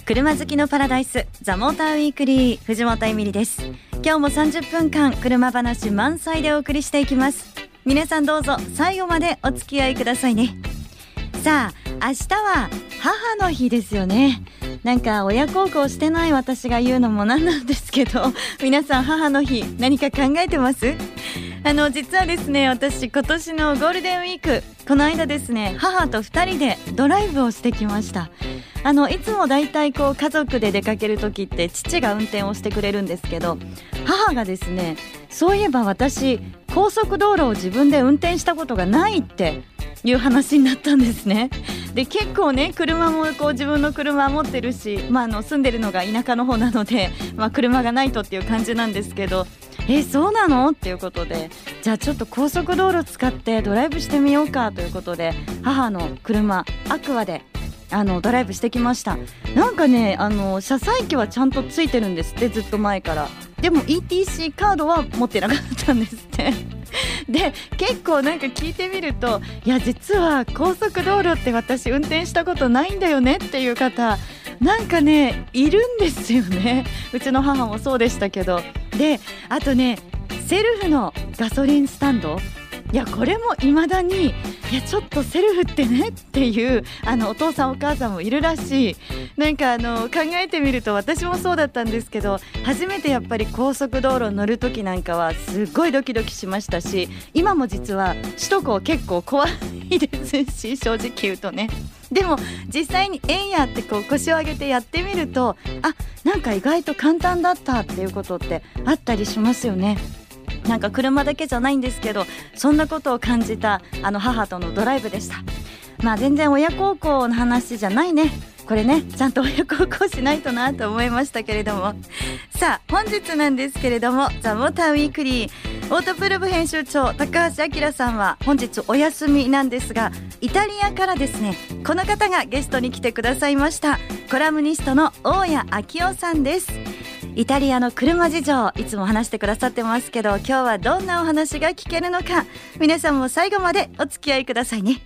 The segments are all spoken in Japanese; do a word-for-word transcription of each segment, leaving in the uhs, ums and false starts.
車好きのパラダイス、ザ・モーターウィークリー、藤本エミリです。今日もさんじゅっぷんかん車話満載でお送りしていきます。皆さんどうぞ最後までお付き合いくださいね。さあ、明日は母の日ですよね。なんか親孝行してない私が言うのもなんなんですけど、皆さん母の日何か考えてます？あの実はですね、私今年のゴールデンウィーク、この間ですね、母とふたりでドライブをしてきました。あのいつもだいたいこう家族で出かける時って父が運転をしてくれるんですけど、母がですね、そういえば私高速道路を自分で運転したことがないっていう話になったんですね。で結構ね、車もこう自分の車持ってるし、まあ、あの住んでるのが田舎の方なので、まあ、車がないとっていう感じなんですけど、えそうなのっていうことで、じゃあちょっと高速道路使ってドライブしてみようかということで、母の車アクアであのドライブしてきました。なんかね、あの車載機はちゃんとついてるんですって、ずっと前から。でも イーティーシー カードは持ってなかったんですってで結構なんか聞いてみると、いや実は高速道路って私運転したことないんだよねっていう方、なんかねいるんですよね。うちの母もそうでしたけど。であとね、セルフのガソリンスタンド、いやこれも未だに、いやちょっとセルフってねっていうあのお父さんお母さんもいるらしい。なんかあの考えてみると、私もそうだったんですけど、初めてやっぱり高速道路に乗る時なんかはすごいドキドキしましたし、今も実は首都高結構怖いですし、正直言うとね。でも実際にえんやってこう腰を上げてやってみると、あ、なんか意外と簡単だったっていうことってあったりしますよね。なんか車だけじゃないんですけど、そんなことを感じたあの母とのドライブでした。まあ全然親孝行の話じゃないね、これね、ちゃんと親孝行しないとなと思いましたけれども。さあ本日なんですけれども、ザ・モーターウィークリー、オートプルブ編集長高橋明さんは本日お休みなんですが、イタリアからですね、この方がゲストに来てくださいました。コラムニストの大谷昭夫さんです。イタリアの車事情、いつも話してくださってますけど、今日はどんなお話が聞けるのか、皆さんも最後までお付き合いくださいね。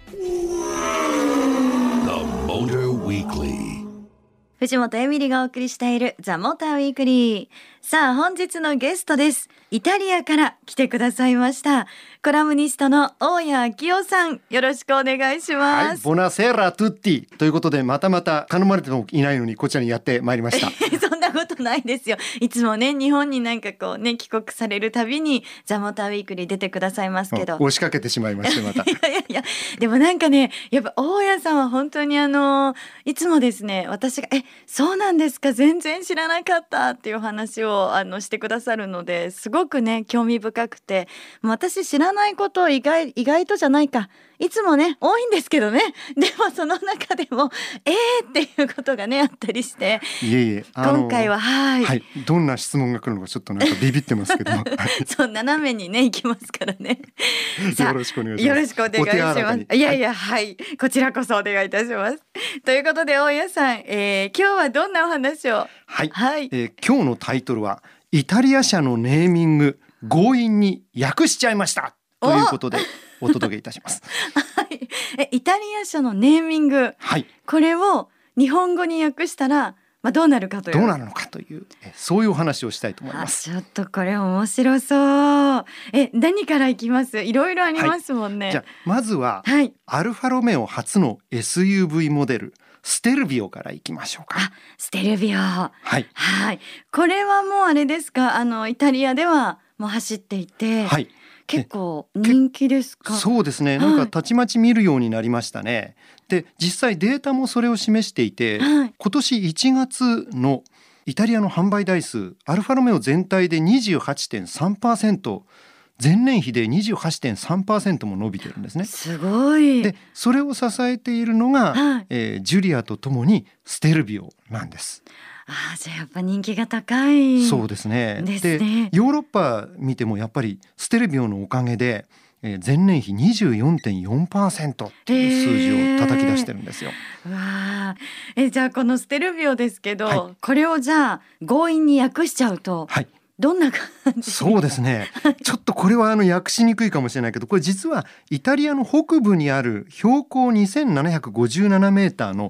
藤本エミリがお送りしているザ・モーターウィークリー。さあ本日のゲストです。イタリアから来てくださいましたコラムニストの大谷昭夫さん、よろしくお願いします。 はい、ボナセラトゥッティということで、またまた頼まれてもいないのにこちらにやってまいりましたそんなことないですよ。いつもね、日本になんかこうね、帰国されるたびにザ・モーターウィークリー出てくださいますけど、 押しかけてしまいましてまたいやいやいや、でもなんかね、やっぱ大谷さんは本当にあのいつもですね、私がえそうなんですか、全然知らなかったっていう話をあのしてくださるので、すごくね興味深くて、もう私知らないこと意外意外とじゃないか、いつもね多いんですけどね。でもその中でもえーっていうことがねあったりして、 いえいえ、あの今回ははい、 はい、どんな質問が来るのかちょっとなんかビビってますけどそう斜めにね行きますからねよろしくお願いします。 よろしくお願いします。いやいや、はい、はい、こちらこそお願いいたしますということで大谷さん、えー、今日はどんなお話を。 はい、はい、えー、今日のタイトルはイタリア車のネーミング強引に訳しちゃいましたということでお届けいたしますはい、えイタリア車のネーミング、はい、これを日本語に訳したら、まあ、どうなるかというどうなるのかという、そういうお話をしたいと思います。 ちょっとこれ面白そう。え何からいきます？いろいろありますもんね。 はい、じゃあまずは、はい、アルファロメオ初の エスユーブイ モデルステルビオからいきましょうか。 あ、ステルビオ、はい、 はい、 これはもうあれですか、あのイタリアではもう走っていて、はい、結構人気ですか？ そうですね、なんかたちまち見るようになりましたね。で実際データもそれを示していて、はい、今年いちがつのイタリアの販売台数、アルファロメオ全体で にじゅうはちてんさんパーセント、 前年比で にじゅうはちてんさんパーセント も伸びてるんですね。 すごい。 でそれを支えているのが、はい、えー、ジュリアとともにステルビオなんです。 あ、じゃあやっぱ人気が高い。 そうですね。 ですね。 でヨーロッパ見てもやっぱりステルビオのおかげで、えー、前年比 にじゅうよんてんよんパーセント っていう数字を叩き出してるんですよ。 わえじゃあこのステルビオですけど、はい、これをじゃあ強引に訳しちゃうと、はい、どんな感じ？ そうですねちょっとこれはあの訳しにくいかもしれないけど、これ実はイタリアの北部にある標高にせんななひゃくごじゅうななメーターの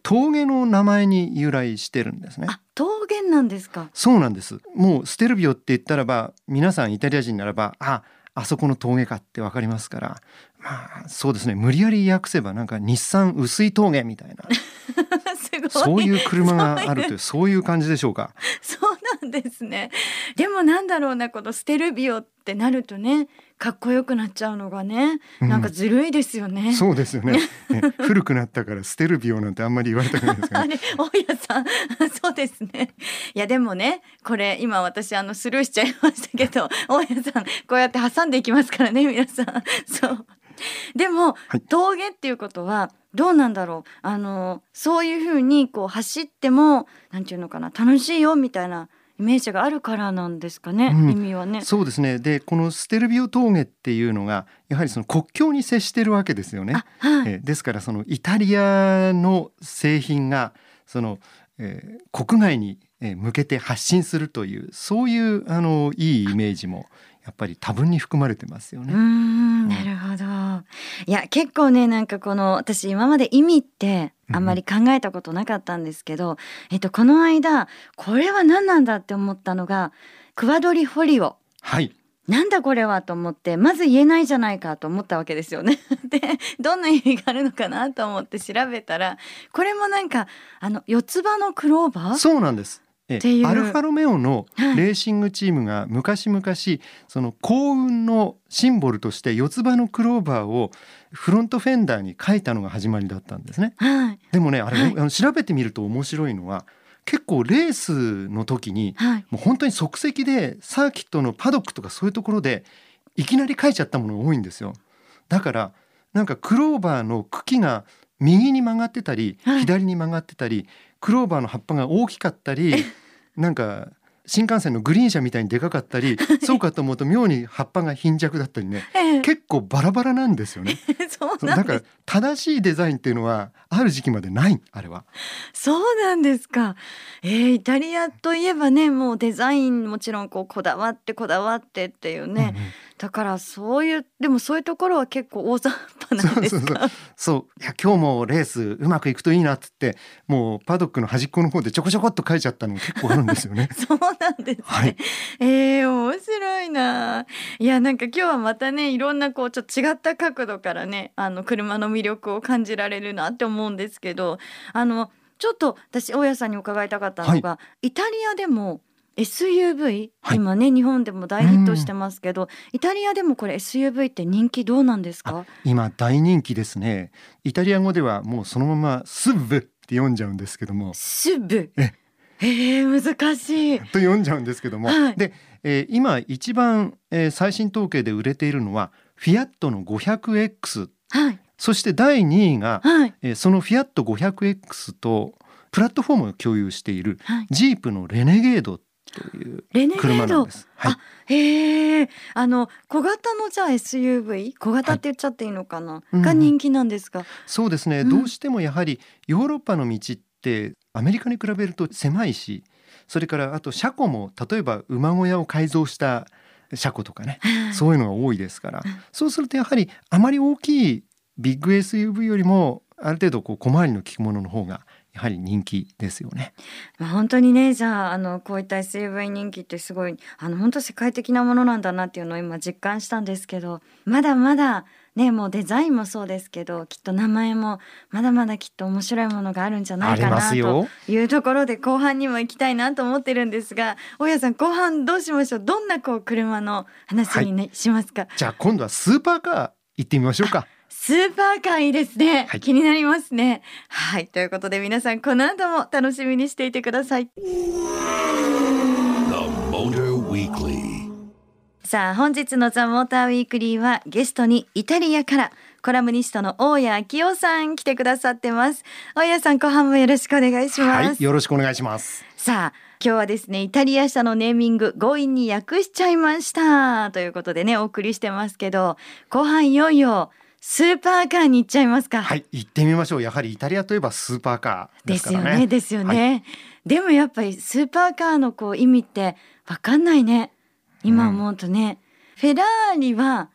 峠の名前に由来してるんですね。 あ、峠なんですか。 そうなんです。もうステルビオって言ったらば、皆さんイタリア人ならば、あ、あそこの峠かってわかりますから、まあそうですね、無理やり訳せばなんか日産薄い峠みたいなすごい、 そういう車があるという、そういう感じでしょうか。 そうなんですね。でもなんだろうな、このステルビオってなるとね、かっこよくなっちゃうのがね、なんかずるいですよね、 うん、そうですよね。ね、古くなったからステルビオなんてあんまり言われたくないですよね。 あれ、大家さんそうですね。いやでもね、これ今私あのスルーしちゃいましたけど、大家さんこうやって挟んでいきますからね、皆さん。そうでも、はい、峠っていうことはどうなんだろう、あのそういう風にこう走ってもなんていうのかな、楽しいよみたいなイメージがあるからなんですかね、うん、意味はね。 そうですね。でこのステルビオ峠っていうのがやはりその国境に接してるわけですよね、はい、えですからそのイタリアの製品がその、えー、国外に向けて発信するという、そういうあのいいイメージもやっぱり多分に含まれてますよね。 うーん、なるほど。いや結構ね、なんかこの私今まで意味ってあんまり考えたことなかったんですけど、うん、えっとこの間これは何なんだって思ったのがクワドリフォリオ。 はい。 なんだこれはと思って、まず言えないじゃないかと思ったわけですよね。でどんな意味があるのかなと思って調べたら、これもなんかあの四つ葉のクローバー。 そうなんです。えアルファロメオのレーシングチームが昔々その幸運のシンボルとして四つ葉のクローバーをフロントフェンダーに書いたのが始まりだったんですね、はい、でもねあれ、はい、あの調べてみると面白いのは、結構レースの時に、はい、もう本当に即席でサーキットのパドックとかそういうところでいきなり書いちゃったものが多いんですよ。だからなんかクローバーの茎が右に曲がってたり、はい、左に曲がってたり、クローバーの葉っぱが大きかったりなんか新幹線のグリーン車みたいにでかかったりそうかと思うと妙に葉っぱが貧弱だったりね、結構バラバラなんですよね。そうなんです。だから正しいデザインっていうのはある時期までない、あれは。 そうなんですか。えー、イタリアといえばね、もうデザインもちろんこうこだわってこだわってっていうね、うんうん、だからそういう、でもそういうところは結構大雑把なんですか。そうそうそうそう、いや今日もレースうまくいくといいなって言って、もうパドックの端っこの方でちょこちょこっと書いちゃったのも結構あるんですよね。 そうなんですね、はい、えー、面白いな。いやなんか今日はまたね、いろんなこうちょっと違った角度からね、あの車の魅力を感じられるなって思うんですけど、あのちょっと私大家さんに伺いたかったのが、はい、イタリアでも エスユーブイ、はい、今ね日本でも大ヒットしてますけど、イタリアでもこれ エスユーブイ って人気どうなんですか？ 今大人気ですね。イタリア語ではもうそのままスッブって読んじゃうんですけども、 スッブ、えへー難しいと読んじゃうんですけども、はい、で、えー、今一番、えー、最新統計で売れているのはフィアットの ごひゃくエックス、はい、そしてだいにいが、はい、えー、そのフィアット ごひゃくエックス とプラットフォームを共有している、はい、ジープのレネゲードという車なんです。はい、あ、 へー、あの小型のじゃあ エスユーブイ、 小型って言っちゃっていいのかな、はい、が人気なんですか？うん、 そうですね、うん、どうしてもやはりヨーロッパの道ってアメリカに比べると狭いし、それからあと車庫も例えば馬小屋を改造した車庫とかね、そういうのが多いですから、そうするとやはりあまり大きいビッグ エスユーブイ よりもある程度こう小回りの利くものの方がやはり人気ですよね。 本当にね、じゃあ、あのこういった エスユーブイ 人気ってすごい、あの本当世界的なものなんだなっていうのを今実感したんですけど、まだまだね、もうデザインもそうですけど、きっと名前もまだまだきっと面白いものがあるんじゃないかなというところで、後半にも行きたいなと思ってるんですが、大家さん後半どうしましょう？どんなこう車の話に、ね、はい、しますか？ じゃあ今度はスーパーカー行ってみましょうか。 スーパーカーいいですね、はい、気になりますね。はい、ということで皆さんこの後も楽しみにしていてください。さあ本日のザ・モーターウィークリーはゲストにイタリアからコラムニストの大谷昭夫さん来てくださってます。大谷さん後半もよろしくお願いします。 はい、よろしくお願いします。 さあ今日はですね、イタリア車のネーミング強引に訳しちゃいましたということでねお送りしてますけど、後半いよいよスーパーカーに行っちゃいますか？ はい、行ってみましょう。やはりイタリアといえばスーパーカーですからね。 ですよね、ですよね、はい、でもやっぱりスーパーカーのこう意味って分かんないね、今思うとね、うん、フェラーリは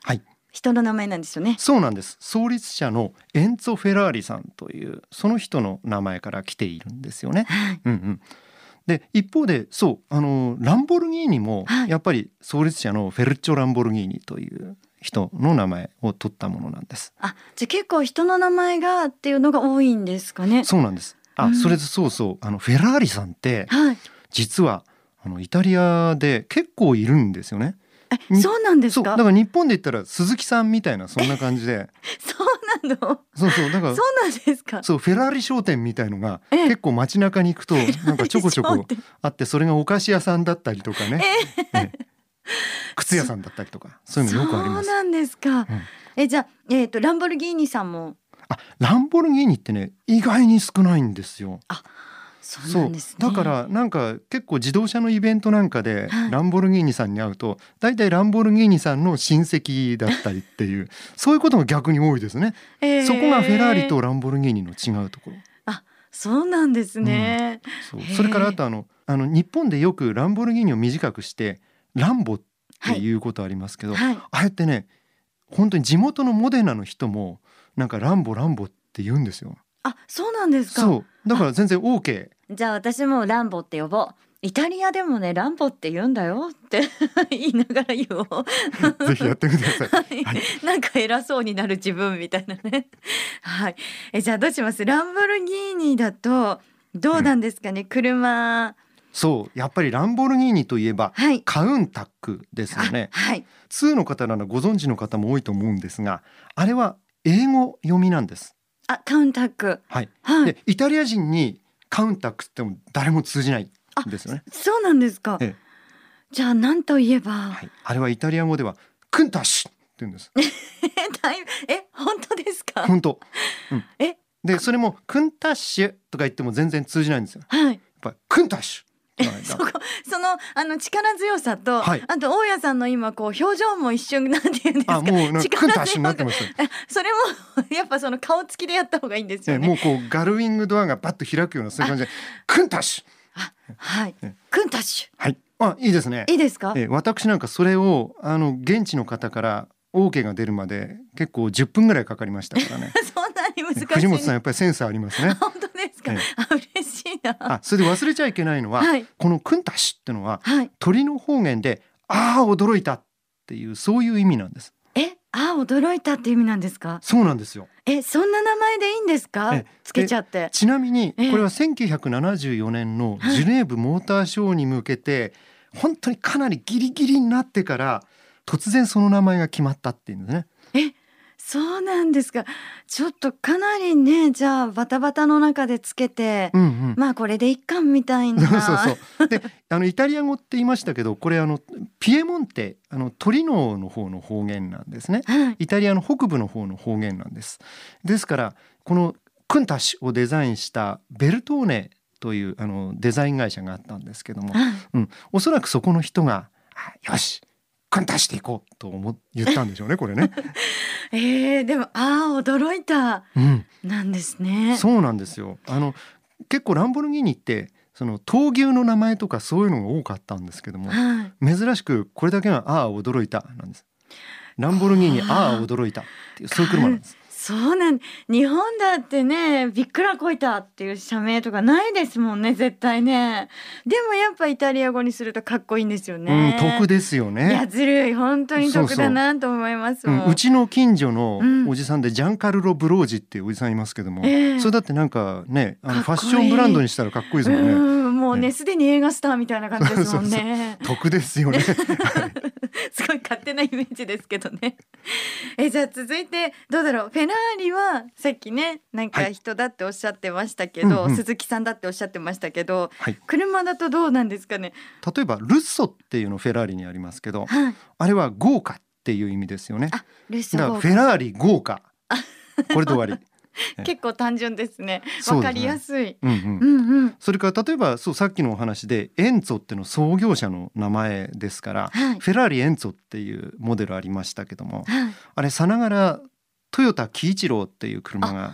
人の名前なんですよね。 そうなんです。創立者のエンツォ・フェラーリさんというその人の名前から来ているんですよね。 はい、 うんうん、で一方でそうあのランボルギーニもやっぱり創立者のフェルッチョ・ランボルギーニという人の名前を取ったものなんです。 あ、じゃあ結構人の名前がっていうのが多いんですかね。 そうなんです。あ、うん、それでそうそうあのフェラーリさんって、はい、実はあのイタリアで結構いるんですよね。 え、そうなんですか。 そうだから日本で言ったら鈴木さんみたいなそんな感じでそうなの。 そうそうだからそうなんですか。 そうフェラーリ商店みたいのが結構街中に行くとなんかちょこちょこあって、それがお菓子屋さんだったりとかね、えー、ね靴屋さんだったりとかそういうのよくあります。 そうなんですか、うん、えじゃあ、えーと、ランボルギーニさんも。 あ、ランボルギーニってね意外に少ないんですよ。 あ、そうなんですね。 そうだからなんか結構自動車のイベントなんかでランボルギーニさんに会うとだいたいランボルギーニさんの親戚だったりっていうそういうことも逆に多いですね、えー、そこがフェラーリとランボルギーニの違うところ。 あ、そうなんですね、 うん、そうそれからあとあのあの日本でよくランボルギーニを短くしてランボっていうことありますけど、はいはい、あれってね本当に地元のモデナの人もなんかランボランボって言うんですよ。 あ、そうなんですか。 そうだから全然 OK。 じゃあ私もランボって呼ぼう。イタリアでもねランボって言うんだよって言いながら言おうぜひやってみてください、 はいはい、なんか偉そうになる自分みたいなねはい、えじゃあどうします。ランボルギーニだとどうなんですかね、うん、車。 そうやっぱりランボルギーニといえば、はい、カウンタックですよね、はい、通の方ならご存知の方も多いと思うんですがあれは英語読みなんです。 あ、カウンタック、 はいはい、でイタリア人にカウンタックっても誰も通じないんですよね。 そうなんですか、ええ、じゃあ何と言えば、 はい、あれはイタリア語ではクンタッシュって言うんですえ、本当ですか。 本当、うん、えでそれもクンタッシュとか言っても全然通じないんですよ、はい、やっぱクンタッシュそこそのあの力強さと、はい、あと大家さんの今こう表情も一瞬なんていうんですか、 あ、もうなんかクンタッシュになってました。 それもやっぱその顔つきでやった方がいいんですよね。 もうこうガルウィングドアがバッと開くようなそういう感じでクンタッシュ。 あ、はい、クンタッシュ。 はい。あ、いいですね。 いいですか。 え私なんかそれをあの現地の方から OK が出るまで結構じゅっぷんぐらいかかりましたからねそんなに難しい、ね、 藤本さんやっぱりセンスありますね。 本当ですか、ええ、あ、嬉しいな。 あ、それで忘れちゃいけないのは、はい、このクンタッシュってのは、はい、鳥の方言でああ驚いたっていうそういう意味なんです。 え、ああ驚いたっていう意味なんですか。 そうなんですよ。 え、そんな名前でいいんですか。つけちゃって。 ちなみにこれはせんきゅうひゃくななじゅうよねんのジュネーブモーターショーに向けて、はい、本当にかなりギリギリになってから突然その名前が決まったっていうんですね。 え、そうなんですか。ちょっとかなりね、じゃあバタバタの中でつけて、うんうん、まあこれで一貫みたいなそうそうそうであのイタリア語って言いましたけどこれあのピエモンテあのトリノの方の方言なんですね、はい、イタリアの北部の方の方言なんです。ですからこのクンタッシュをデザインしたベルトーネというあのデザイン会社があったんですけども、はい、うん、おそらくそこの人がよしクンタッシュでいこうと思言ったんでしょうねこれねえー、でもあー驚いた、うん、なんですね。 そうなんですよ。あの結構ランボルギーニってその闘牛の名前とかそういうのが多かったんですけども、はい、珍しくこれだけがああ驚いたなんです。ランボルギーニああ驚いたっていうそういう車なんです。 そうなん、日本だってねびっくらこいたっていう社名とかないですもんね絶対ね。でもやっぱイタリア語にするとかっこいいんですよね、 うん、得ですよね。 いやずるい本当に得だなと思いますもん。 そうそう、うん、うちの近所のおじさんでジャンカルロ・ブロージっていうおじさんいますけども、えー、それだってなんかねあのファッションブランドにしたらかっこいいですもんね。 うんもうねすで、ね、に映画スターみたいな感じですもんね。 そうそうそう得ですよねすごい勝手なイメージですけどねえじゃあ続いてどうだろう。フェラーリはさっきねなんか人だっておっしゃってましたけど、はい、うんうん、鈴木さんだっておっしゃってましたけど、はい、車だとどうなんですかね。 例えばルッソっていうのフェラーリにありますけど、はい、あれは豪華っていう意味ですよね。 あ、ルッソだからフェラーリ豪華これで終わり結構単純ですね。わかりやすい。 うんうんうんうん、それから例えばそうさっきのお話でエンツォっての創業者の名前ですから、はい、フェラーリエンツォっていうモデルありましたけども、はい、あれさながらトヨタ喜一郎っていう車が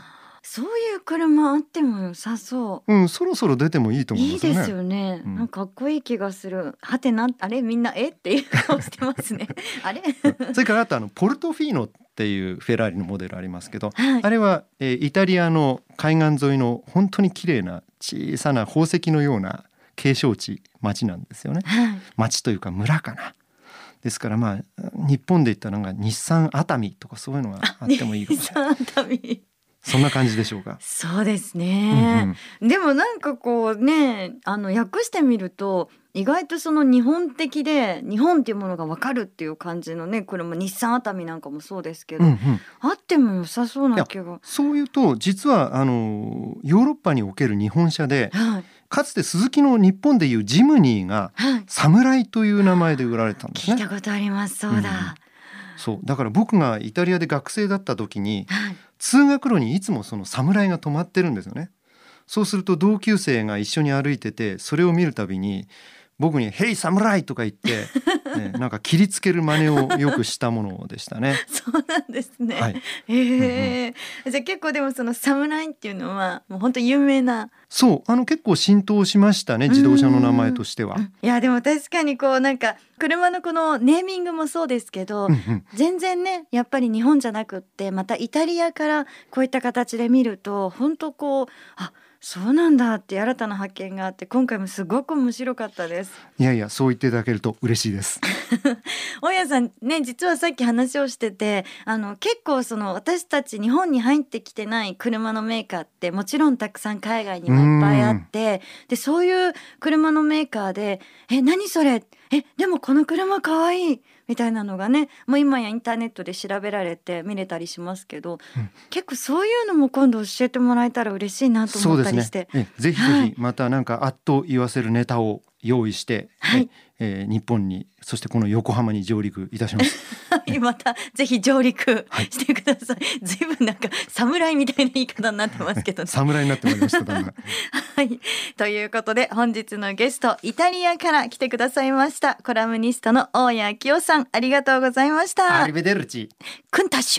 そういう車あっても良さそう。 うん、そろそろ出てもいいと思いますよね。 いいですよね、うん、なんかかっこいい気がする。はてな、あれみんなえっていう顔してますねあれそれからあとあのポルトフィーノっていうフェラーリのモデルありますけど、 はい、 あれは、えー、イタリアの海岸沿いの本当に綺麗な小さな宝石のような景勝地町なんですよね、はい、町というか村かな。ですからまあ日本で言ったらなんか日産熱海とかそういうのがあってもいいかもしれない。 日産熱海そんな感じでしょうか。 そうですね、うんうん、でもなんかこうね、あの訳してみると意外とその日本的で日本っていうものが分かるっていう感じのね、これも日産熱海なんかもそうですけど、うんうん、あっても良さそうな気が。 そういうと実はあのヨーロッパにおける日本車で、はい、かつてスズキの日本でいうジムニーが、はい、サムライという名前で売られたんですね。 聞いたことあります。そうだ、うん、 そうだから僕がイタリアで学生だった時に、はい、通学路にいつもそのサムライが止まってるんですよね。そうすると同級生が一緒に歩いてて、それを見るたびに僕にヘイサムライとか言って、ね、なんか切りつける真似をよくしたものでしたねそうなんですね、はい、えーうんうん、じゃあ結構でもそのサムライっていうのはもう本当有名な。 そうあの結構浸透しましたね、自動車の名前としては。 いやでも確かにこうなんか車のこのネーミングもそうですけど、うんうん、全然ねやっぱり日本じゃなくってまたイタリアからこういった形で見ると本当こうあそうなんだって新たな発見があって、今回もすごく面白かったです。 いやいやそう言っていただけると嬉しいです大家さんね、実はさっき話をしてて、あの結構その私たち日本に入ってきてない車のメーカーってもちろんたくさん海外にもいっぱいあって、でそういう車のメーカーでえ何それえでもこの車かわいいみたいなのがね、もう今やインターネットで調べられて見れたりしますけど、うん、結構そういうのも今度教えてもらえたら嬉しいなと思ったりして、 そうですね、えぜひぜひまたなんかあっと言わせるネタを用意して、はいえー、日本にそしてこの横浜に上陸いたしますまたぜひ上陸してください、はい、ずいぶんなんか侍みたいな言い方になってますけどね侍になってまいりましただんだんはい、ということで本日のゲスト、イタリアから来てくださいましたコラムニストの大谷昭夫さん、ありがとうございました。 アリベデルチクンタッシュ。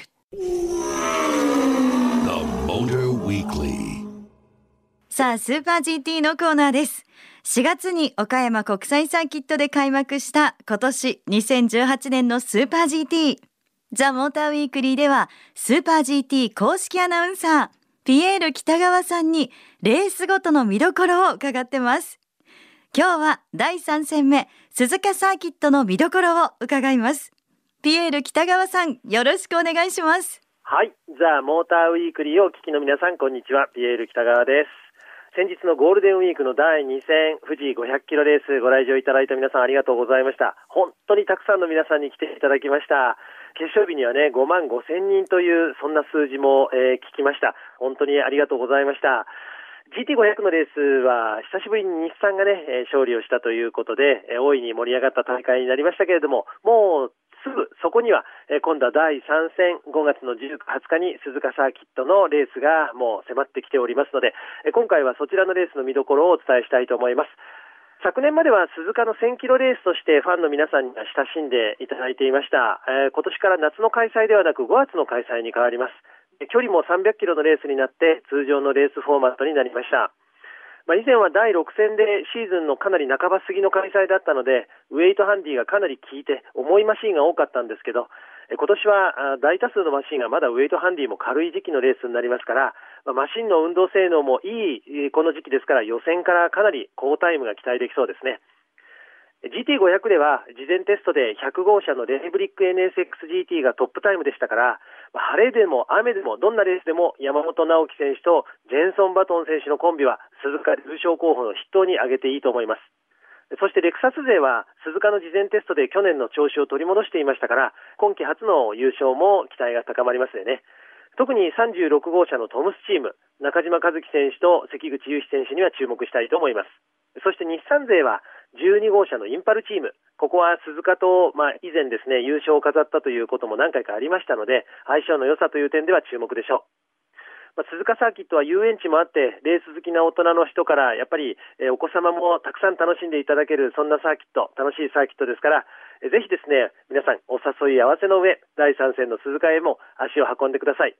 さあスーパー ジーティー のコーナーです。しがつに岡山国際サーキットで開幕した今年にせんじゅうはちねんのスーパー ジーティー。ザ・モーターウィークリーではスーパー ジーティー 公式アナウンサーピエール北川さんにレースごとの見どころを伺ってます。今日はだいさん戦目鈴鹿サーキットの見どころを伺います。ピエール北川さん、よろしくお願いします。 はい、ザ・モーターウィークリーをお聞きの皆さん、こんにちは。ピエール北川です。先日のゴールデンウィークのだいに戦富士ごひゃくキロレースご来場いただいた皆さん、ありがとうございました。本当にたくさんの皆さんに来ていただきました。決勝日にはねごまんごせんにんというそんな数字も、えー、聞きました。本当にありがとうございました。ジーティーごひゃく のレースは久しぶりに日産がね、えー、勝利をしたということで、えー、大いに盛り上がった大会になりましたけれども、もうすぐそこには、えー、今度はだいさん戦ごがつのじゅうく、はつかに鈴鹿サーキットのレースがもう迫ってきておりますので、えー、今回はそちらのレースの見どころをお伝えしたいと思います。昨年までは鈴鹿のせんキロレースとしてファンの皆さんには親しんでいただいていました。えー、今年から夏の開催ではなくごがつの開催に変わります。距離もさんびゃくキロのレースになって通常のレースフォーマットになりました。まあ、以前はだいろく戦でシーズンのかなり半ば過ぎの開催だったので、ウェイトハンディがかなり効いて重いマシンが多かったんですけど、今年は大多数のマシンがまだウェイトハンディも軽い時期のレースになりますから、マシンの運動性能もいいこの時期ですから、予選からかなり好タイムが期待できそうですね。ジーティーごひゃく では事前テストでひゃく号車のレイブリック エヌエスエックスジーティー がトップタイムでしたから、晴れでも雨でもどんなレースでも山本直樹選手とジェンソン・バトン選手のコンビは鈴鹿優勝候補の筆頭に挙げていいと思います。そしてレクサス勢は鈴鹿の事前テストで去年の調子を取り戻していましたから、今季初の優勝も期待が高まりますよね。特にさんじゅうろく号車のトムスチーム、中島和樹選手と関口雄飛選手には注目したいと思います。そして日産勢はじゅうに号車のインパルチーム、ここは鈴鹿と、まあ、以前ですね優勝を飾ったということも何回かありましたので、相性の良さという点では注目でしょう。まあ、鈴鹿サーキットは遊園地もあってレース好きな大人の人からやっぱり、えー、お子様もたくさん楽しんでいただける、そんなサーキット、楽しいサーキットですから、えー、ぜひですね皆さんお誘い合わせの上だいさん戦の鈴鹿へも足を運んでください。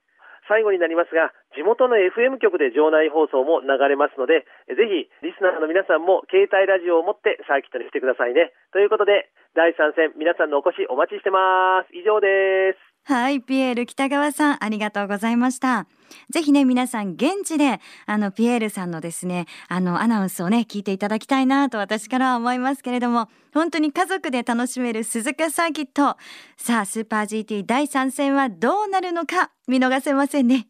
最後になりますが、地元の エフエム 局で場内放送も流れますので、ぜひリスナーの皆さんも携帯ラジオを持ってサーキットに来てくださいね。ということで、だいさん戦皆さんのお越しお待ちしてます。以上です。 はい、ピエール北川さん、ありがとうございました。ぜひね、皆さん現地であのピエールさんのですね、あのアナウンスをね聞いていただきたいなと私からは思いますけれども、本当に家族で楽しめる鈴鹿サーキット。さあ、スーパー ジーティー だいさん戦はどうなるのか見逃せませんね。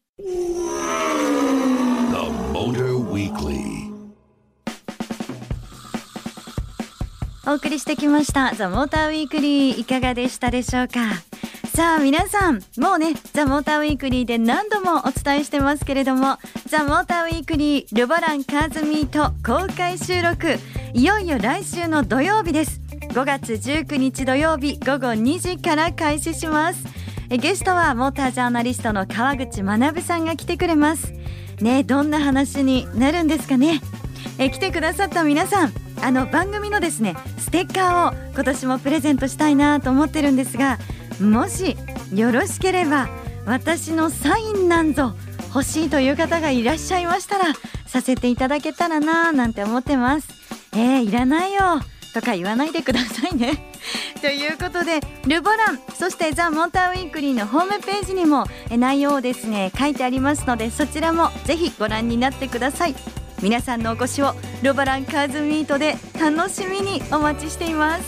お送りしてきましたザ・モーターウィークリー、いかがでしたでしょうか。さあ皆さん、もうねザ・モーターウィークリーで何度もお伝えしてますけれども、ザ・モーターウィークリールボランカーズミート公開収録、いよいよ来週の土曜日です。ごがつじゅうくにち土曜日ごごにじから開始します。えゲストはモータージャーナリストの川口学さんが来てくれますね。どんな話になるんですかね。え来てくださった皆さん、あの番組のですねステッカーを今年もプレゼントしたいなと思ってるんですが、もしよろしければ私のサインなんぞ欲しいという方がいらっしゃいましたらさせていただけたらななんて思ってます。えー、いらないよとか言わないでくださいねということで、ルボランそしてザ・モーターウィークリーのホームページにも内容をですね書いてありますので、そちらもぜひご覧になってください。皆さんのお越しをルボランカーズミートで楽しみにお待ちしています。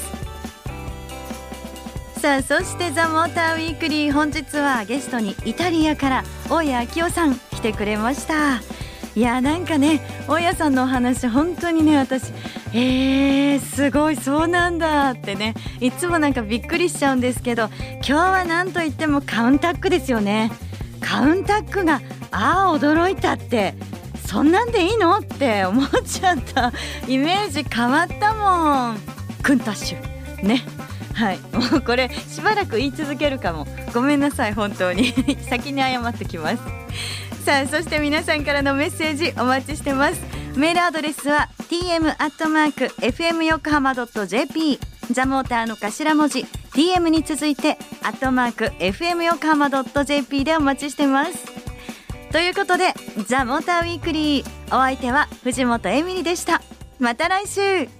さあ、そしてザ・モーターウィークリー、本日はゲストにイタリアから大谷明夫さん来てくれました。いやなんかね、大谷さんのお話本当にね、私えーすごいそうなんだってね、いつもなんかびっくりしちゃうんですけど、今日はなんといってもカウンタックですよね。カウンタックがあー驚いたって、そんなんでいいのって思っちゃった。イメージ変わったもん。クンタッシュね。はい、もうこれしばらく言い続けるかも。ごめんなさい本当に先に謝ってきます。さあ、そして皆さんからのメッセージお待ちしてます。メールアドレスは ティーエム アットマーク エフエム 横浜 ドット ジェーピー、 ザ・モーターの頭文字 ティーエム に続いてアットマーク エフエム 横浜 ドット ジェーピー でお待ちしてます。ということでザ・モーターウィークリー、お相手は藤本エミリでした。また来週。